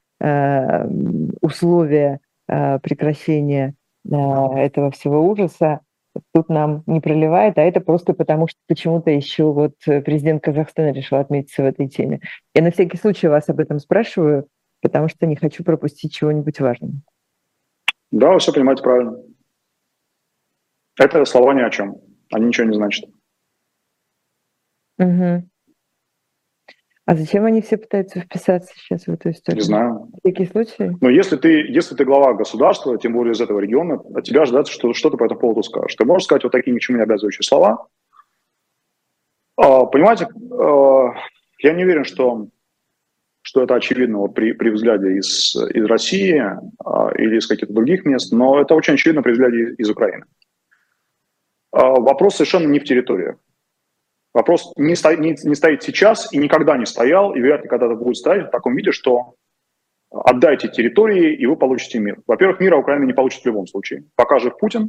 условия прекращения этого всего ужаса тут нам не проливает, а это просто потому, что почему-то еще вот президент Казахстана решил отметиться в этой теме. Я на всякий случай вас об этом спрашиваю, потому что не хочу пропустить чего-нибудь важного. Да, вы все понимаете правильно. Это слова ни о чем. Они ничего не значат. Угу. А зачем они все пытаются вписаться сейчас в эту историю? Не знаю. В всякий случай? Но если ты глава государства, тем более из этого региона, от тебя ожидается, что ты по этому поводу скажешь. Ты можешь сказать вот такие ни к чему не обязывающие слова. Понимаете, я не уверен, что это очевидно вот при взгляде из России или из каких-то других мест, но это очень очевидно при взгляде из Украины. Вопрос совершенно не в территориях. Вопрос не стоит сейчас и никогда не стоял, и вряд ли когда-то будет стоять в таком виде, что отдайте территории, и вы получите мир. Во-первых, мира Украина не получит в любом случае. Пока жив Путин,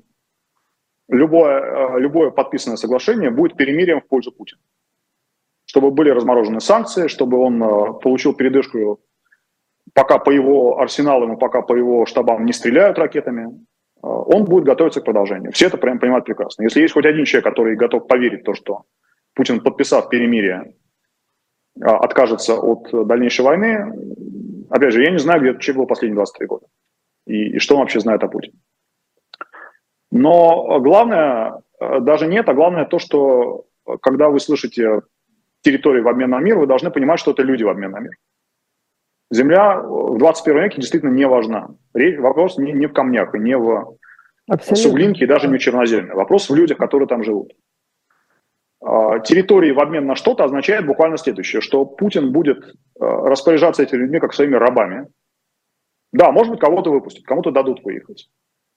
любое подписанное соглашение будет перемирием в пользу Путина. Чтобы были разморожены санкции, чтобы он получил передышку, пока по его арсеналам и пока по его штабам не стреляют ракетами, он будет готовиться к продолжению. Все это прям понимают прекрасно. Если есть хоть один человек, который готов поверить в то, что Путин, подписав перемирие, откажется от дальнейшей войны, опять же, я не знаю, где этот человек был последние 23 года. И что он вообще знает о Путине. Но главное даже нет, а главное то, что когда вы слышите территории в обмен на мир, вы должны понимать, что это люди в обмен на мир. Земля в 21 веке действительно не важна. Вопрос не в камнях, и не в суглинке, и даже не в черноземе. Вопрос в людях, которые там живут. Территории в обмен на что-то означает буквально следующее, что Путин будет распоряжаться этими людьми как своими рабами. Да, может быть, кого-то выпустят, кому-то дадут выехать.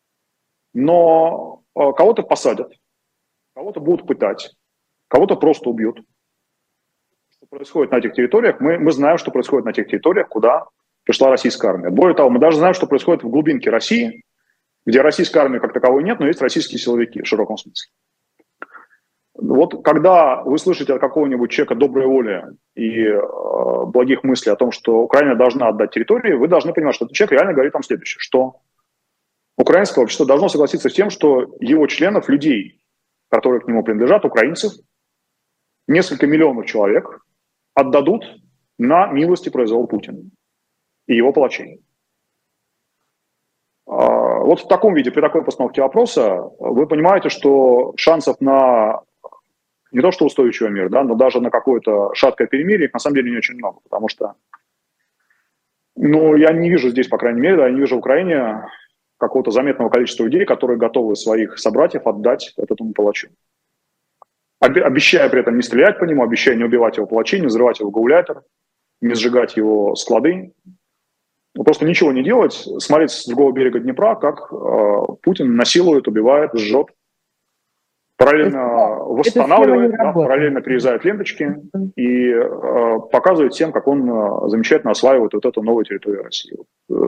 Но кого-то посадят, кого-то будут пытать, кого-то просто убьют. Что происходит на этих территориях, мы знаем, что происходит на тех территориях, куда пришла российская армия. Более того, мы даже знаем, что происходит в глубинке России, где российской армии как таковой нет, но есть российские силовики в широком смысле. Вот когда вы слышите от какого-нибудь человека доброй воли и благих мыслей о том, что Украина должна отдать территории, вы должны понимать, что этот человек реально говорит вам следующее, что украинское общество должно согласиться с тем, что его членов, людей, которые к нему принадлежат, украинцев, несколько миллионов человек отдадут на милость и произвол Путина и его палачей. Вот в таком виде, при такой постановке вопроса, вы понимаете, что шансов на не то что устойчивый мир, да, но даже на какое-то шаткое перемирие их на самом деле не очень много, потому что, я не вижу здесь, по крайней мере, я не вижу в Украине какого-то заметного количества людей, которые готовы своих собратьев отдать этому палачу. Обещая при этом не стрелять по нему, обещая не убивать его палачей, не взрывать его гауляйтер, не сжигать его склады. Просто ничего не делать, смотреть с другого берега Днепра, как Путин насилует, убивает, жжет, параллельно восстанавливает, параллельно перерезает ленточки и показывает всем, как он замечательно осваивает вот эту новую территорию России.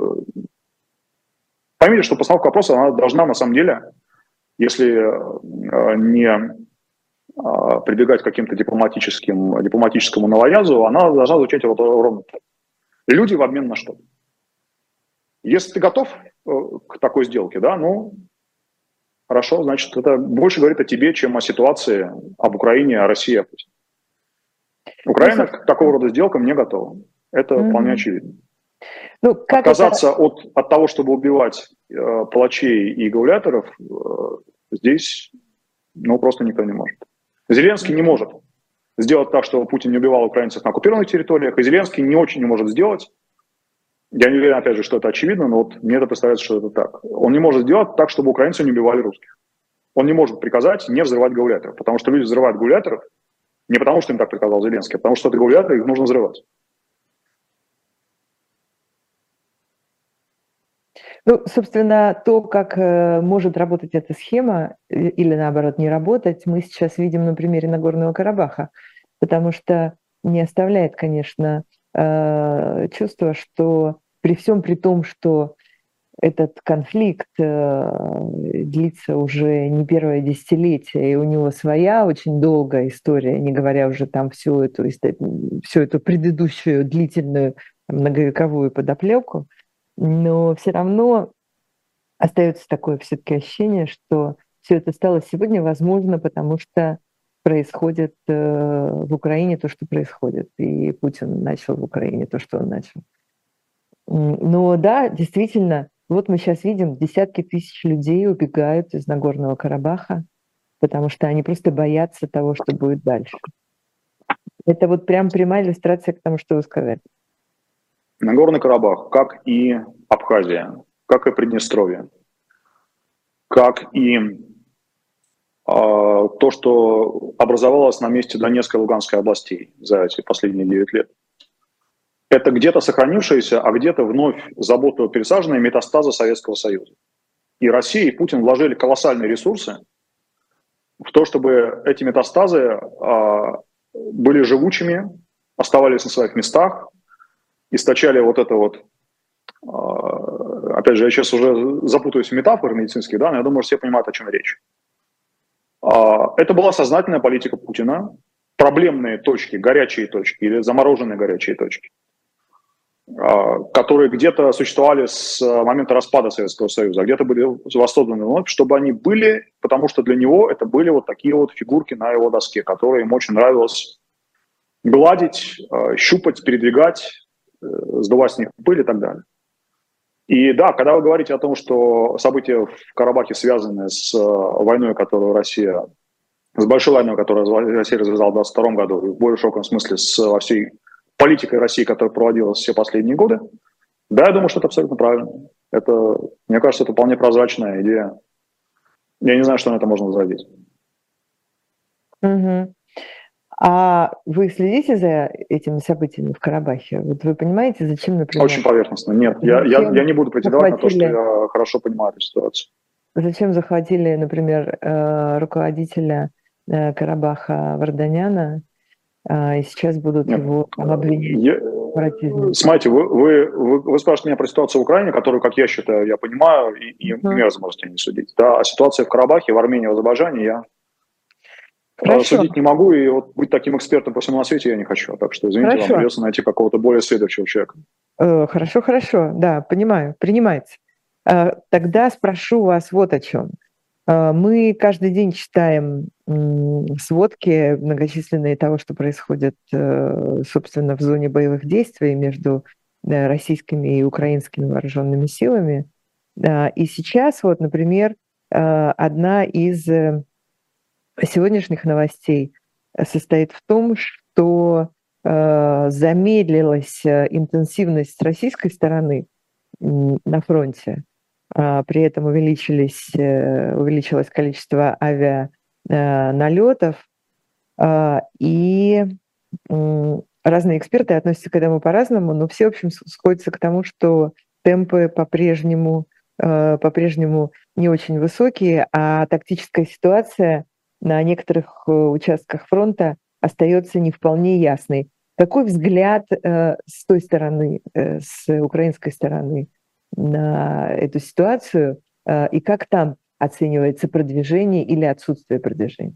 Поймите, что постановка вопроса она должна на самом деле, если не прибегать к каким-то дипломатическому новоязу, она должна звучать ровно так. Люди в обмен на что? Если ты готов к такой сделке, да, хорошо, значит, это больше говорит о тебе, чем о ситуации, об Украине, о России, о Путине. Украина к такого рода сделкам не готова. Это вполне очевидно. Отказаться от того, чтобы убивать палачей и гауляторов, здесь просто никто не может. Зеленский не может сделать так, чтобы Путин не убивал украинцев на оккупированных территориях, и Зеленский не очень не может сделать. Я не уверен, опять же, что это очевидно, но мне это представляется, что это так. Он не может сделать так, чтобы украинцы не убивали русских. Он не может приказать не взрывать гауляторов, потому что люди взрывают гауляторов не потому, что им так приказал Зеленский, а потому что это гауляторы, их нужно взрывать. Собственно, то, как может работать эта схема или, наоборот, не работать, мы сейчас видим на примере Нагорного Карабаха, потому что не оставляет, конечно, чувство, что при всем при том, что этот конфликт длится уже не первое десятилетие, и у него своя очень долгая история, не говоря уже там всю эту предыдущую длительную многовековую подоплеку, но все равно остается такое все-таки ощущение, что все это стало сегодня возможно, потому что происходит в Украине то, что происходит, и Путин начал в Украине то, что он начал. Но да, действительно, вот мы сейчас видим, десятки тысяч людей убегают из Нагорного Карабаха, потому что они просто боятся того, что будет дальше. Это вот прям прямая иллюстрация к тому, что вы сказали. Нагорный Карабах, как и Абхазия, как и Приднестровье, как и то, что образовалось на месте Донецкой и Луганской областей за эти последние 9 лет. Это где-то сохранившиеся, а где-то вновь заботливо пересаженные метастазы Советского Союза. И Россия, и Путин вложили колоссальные ресурсы в то, чтобы эти метастазы были живучими, оставались на своих местах, источали вот это вот, опять же, я сейчас уже запутаюсь в метафорах медицинских, да, но я думаю, что все понимают, о чем речь. Это была сознательная политика Путина, проблемные точки, горячие точки или замороженные горячие точки, которые где-то существовали с момента распада Советского Союза, а где-то были воссозданы вновь, чтобы они были, потому что для него это были вот такие вот фигурки на его доске, которые ему очень нравилось гладить, щупать, передвигать, сдувать с них пыль и так далее. И да, когда вы говорите о том, что события в Карабахе связаны с войной, которую Россия, с большой войной, которую Россия развязала в 2022 году, и в более широком смысле во всей политикой России, которая проводилась все последние годы, да, я думаю, что это абсолютно правильно. Мне кажется, это вполне прозрачная идея. Я не знаю, что на это можно возразить. Угу. А вы следите за этими событиями в Карабахе? Вот вы понимаете, зачем, например... Очень поверхностно. Нет, я не буду претендовать на то, что я хорошо понимаю эту ситуацию. Зачем захватили, например, руководителя Карабаха Варданяна, и сейчас будут его обвинять в сепаратизме? Смотрите, вы спрашиваете меня про ситуацию в Украине, которую, как я считаю, я понимаю, и мерзко можете не судить. Да, а ситуация в Карабахе, в Армении, в Азербайджане я... судить не могу, и вот быть таким экспертом по всему на свете я не хочу. Так что, извините, вам придется найти какого-то более следующего человека. Хорошо, да, понимаю, принимается. Тогда спрошу вас вот о чем. Мы каждый день читаем сводки многочисленные того, что происходит, собственно, в зоне боевых действий между российскими и украинскими вооруженными силами. И сейчас, вот, например, одна из сегодняшних новостей состоит в том, что замедлилась интенсивность с российской стороны на фронте. При этом увеличилось количество авианалетов. И разные эксперты относятся к этому по-разному, но все, в общем, сходятся к тому, что темпы по-прежнему не очень высокие, а тактическая ситуация на некоторых участках фронта остается не вполне ясной. Какой взгляд с той стороны, с украинской стороны на эту ситуацию, и как там оценивается продвижение или отсутствие продвижения?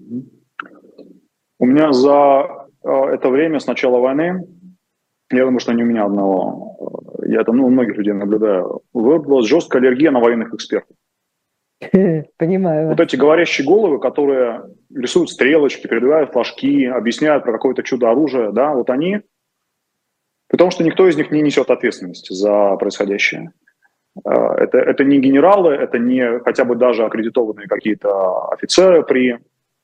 У меня за это время с начала войны, я думаю, что не у меня одного, я это у многих людей наблюдаю, выработалась жесткая аллергия на военных экспертов. Понимаю. Вот эти говорящие головы, которые рисуют стрелочки, передвигают флажки, объясняют про какое-то чудо-оружие, да, вот они, потому что никто из них не несет ответственности за происходящее. Это не генералы, это не хотя бы даже аккредитованные какие-то офицеры при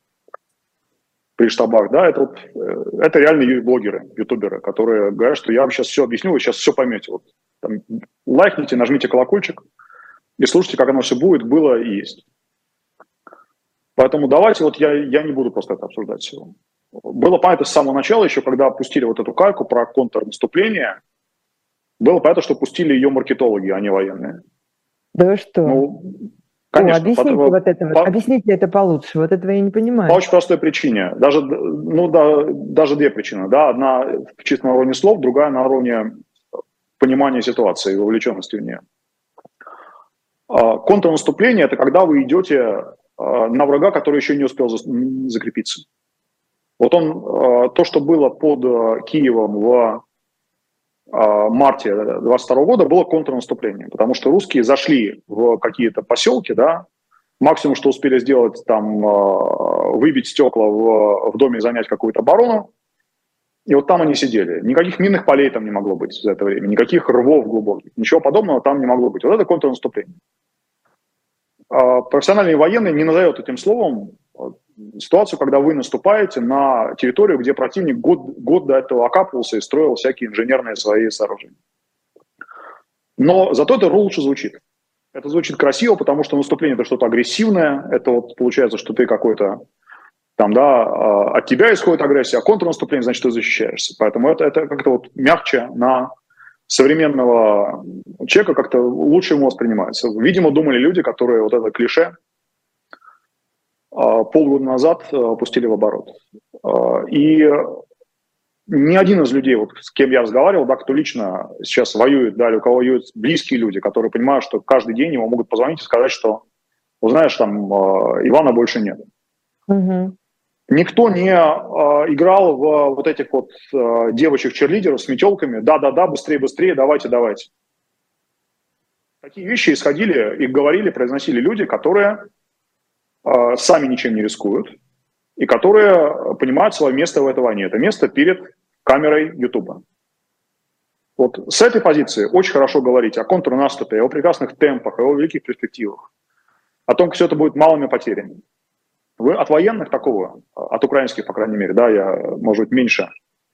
штабах, да, это реальные блогеры, ютуберы, которые говорят, что я вам сейчас все объясню, вы сейчас все поймете. Вот, там, лайкните, нажмите колокольчик и слушайте, как оно все будет, было и есть. Поэтому давайте, вот я не буду просто это обсуждать всего. Было понятно с самого начала, еще когда пустили вот эту кальку про контрнаступление, было понятно, что пустили ее маркетологи, а не военные. Да вы что? Ну, конечно. Объясните это получше, вот этого я не понимаю. По очень простой причине. Даже две причины. Да? Одна чисто на уровне слов, другая на уровне понимания ситуации и вовлеченности в нее. Контрнаступление – это когда вы идете на врага, который еще не успел закрепиться. Вот то, что было под Киевом в марте 2022 года, было контрнаступление, потому что русские зашли в какие-то поселки, да, максимум, что успели сделать, там, выбить стекла в доме и занять какую-то оборону, и вот там они сидели. Никаких минных полей там не могло быть за это время, никаких рвов глубоких, ничего подобного там не могло быть. Вот это контрнаступление. Профессиональные военные не назовут этим словом ситуацию, когда вы наступаете на территорию, где противник год до этого окапывался и строил всякие инженерные свои сооружения. Но зато это лучше звучит. Это звучит красиво, потому что наступление – это что-то агрессивное, это вот получается, что ты какой-то там, да, от тебя исходит агрессия, а контрнаступление, значит, ты защищаешься. Поэтому это как-то вот мягче на современного человека как-то лучше ему воспринимается. Видимо, думали люди, которые вот это клише полгода назад пустили в оборот. И ни один из людей, вот, с кем я разговаривал, да, кто лично сейчас воюет, да, или у кого воюют близкие люди, которые понимают, что каждый день ему могут позвонить и сказать, что, знаешь, там Ивана больше нет. Угу. Никто не играл в вот этих вот девочек-черлидеров с метелками. Да-да-да, быстрее, давайте. Такие вещи исходили и говорили, произносили люди, которые сами ничем не рискуют и которые понимают свое место в этой войне. Это место перед камерой Ютуба. Вот с этой позиции очень хорошо говорить о контрнаступе, о прекрасных темпах, о великих перспективах, о том, как все это будет малыми потерями. Вы от военных такого, от украинских, по крайней мере, да, я, может быть, меньше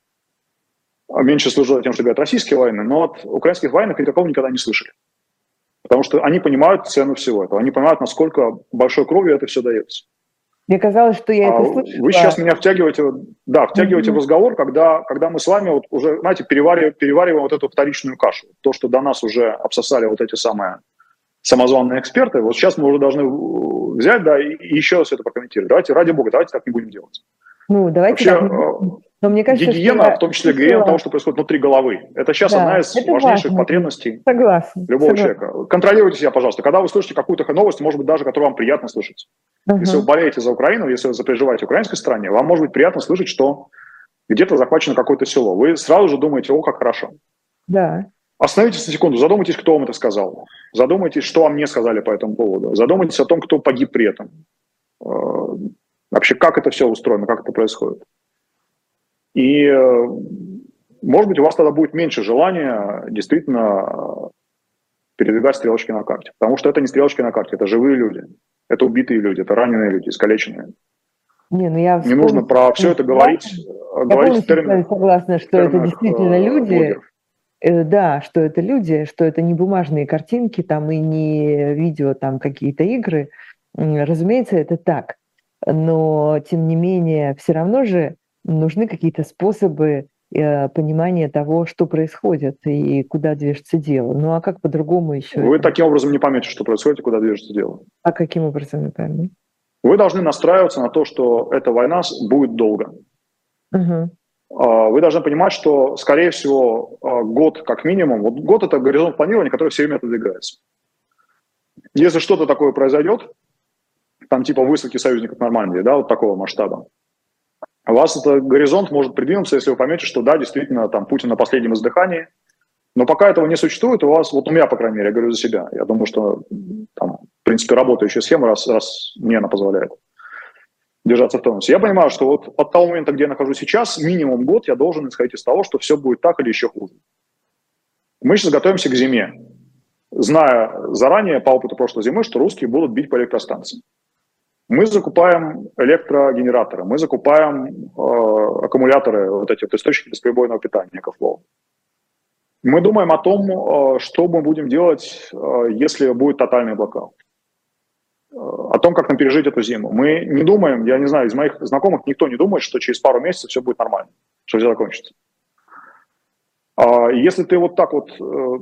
слежу за тем, что говорят российские военные, но от украинских военных такого никогда не слышали. Потому что они понимают цену всего этого, они понимают, насколько большой кровью это все дается. Мне казалось, что я это слышала. Вы сейчас меня втягиваете в разговор, когда мы с вами вот уже, знаете, перевариваем вот эту вторичную кашу. То, что до нас уже обсосали вот эти самые самозванные эксперты, вот сейчас мы уже должны взять, да, и еще раз это прокомментировать. Давайте, ради бога, давайте так не будем делать. Ну, давайте вообще, так. Но мне кажется, гигиена, в том числе гигиена того, что происходит внутри головы. Это сейчас одна из важнейших потребностей любого человека. Контролируйте себя, пожалуйста. Когда вы слышите какую-то новость, может быть, даже которую вам приятно слышать. Если вы болеете за Украину, если вы запереживаете украинской стране, вам может быть приятно слышать, что где-то захвачено какое-то село. Вы сразу же думаете, о, как хорошо. Да. Остановитесь на секунду, задумайтесь, кто вам это сказал. Задумайтесь, что вам не сказали по этому поводу. Задумайтесь о том, кто погиб при этом. Вообще, как это все устроено, как это происходит. И, может быть, у вас тогда будет меньше желания действительно передвигать стрелочки на карте. Потому что это не стрелочки на карте, это живые люди. Это убитые люди, это раненые люди, искалеченные. Не нужно про все это говорить в терминах. Я согласна, что это действительно люди. Да, что это люди, что это не бумажные картинки там, и не видео, там какие-то игры. Разумеется, это так. Но, тем не менее, все равно же нужны какие-то способы понимания того, что происходит и куда движется дело. Ну а как по-другому еще? Вы таким образом не поймете, что происходит и куда движется дело. А каким образом не поймете? Вы должны настраиваться на то, что эта война будет долго. Угу. Вы должны понимать, что, скорее всего, год как минимум, вот год – это горизонт планирования, который все время отодвигается. Если что-то такое произойдет, там типа высадки союзников в Нормандии, да, вот такого масштаба, у вас этот горизонт может придвинуться, если вы поймете, что да, действительно, там Путин на последнем издыхании, но пока этого не существует, у вас, вот у меня, по крайней мере, я говорю за себя, я думаю, что там, в принципе, работающая схема, раз мне она позволяет держаться в тонусе. Я понимаю, что вот от того момента, где я нахожусь сейчас, минимум год я должен исходить из того, что все будет так или еще хуже. Мы сейчас готовимся к зиме, зная заранее по опыту прошлой зимы, что русские будут бить по электростанциям. Мы закупаем электрогенераторы, мы закупаем аккумуляторы, вот эти вот источники бесперебойного питания, EcoFlow. Мы думаем о том, что мы будем делать, если будет тотальный блокаут. О том, как нам пережить эту зиму. Мы не думаем, я не знаю, из моих знакомых никто не думает, что через пару месяцев все будет нормально, что все закончится. Если ты вот так вот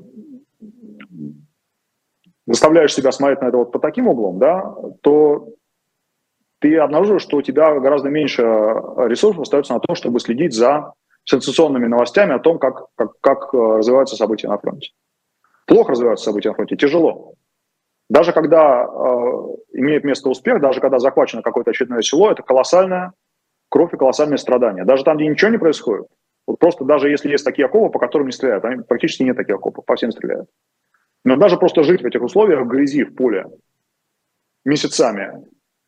заставляешь себя смотреть на это вот под таким углом, да, то ты обнаруживаешь, что у тебя гораздо меньше ресурсов остается на то, чтобы следить за сенсационными новостями о том, как развиваются события на фронте. Плохо развиваются события на фронте, тяжело. Даже когда имеет место успех, даже когда захвачено какое-то очередное село, это колоссальная кровь и колоссальные страдания. Даже там, где ничего не происходит, вот просто даже если есть такие окопы, по которым не стреляют, практически нет таких окопов, по всем стреляют. Но даже просто жить в этих условиях, в грязи, в поле, месяцами,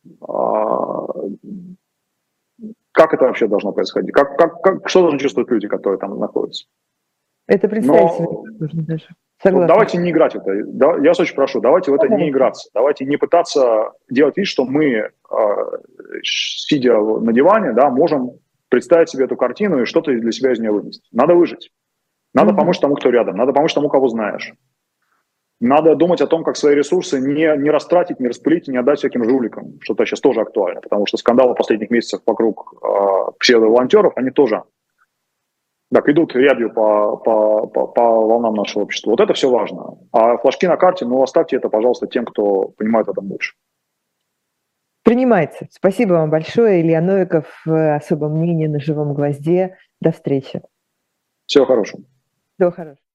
как это вообще должно происходить? Что должны чувствовать люди, которые там находятся? Это представить себе нужно даже. Согласна. Давайте не играть в это. Я вас очень прошу, давайте в это не играться. Давайте не пытаться делать вид, что мы, сидя на диване, да, можем представить себе эту картину и что-то для себя из нее вынести. Надо выжить. Надо помочь тому, кто рядом. Надо помочь тому, кого знаешь. Надо думать о том, как свои ресурсы не растратить, не распылить и не отдать всяким жуликам, что-то сейчас тоже актуально, потому что скандалы последних месяцев вокруг псевдоволонтеров, они тоже так идут рябью по волнам нашего общества. Вот это все важно. А флажки на карте, оставьте это, пожалуйста, тем, кто понимает в этом больше. Принимается. Спасибо вам большое. Илья Новиков, «Особое мнение» на «Живом гвозде». До встречи. Всего хорошего. Всего хорошего.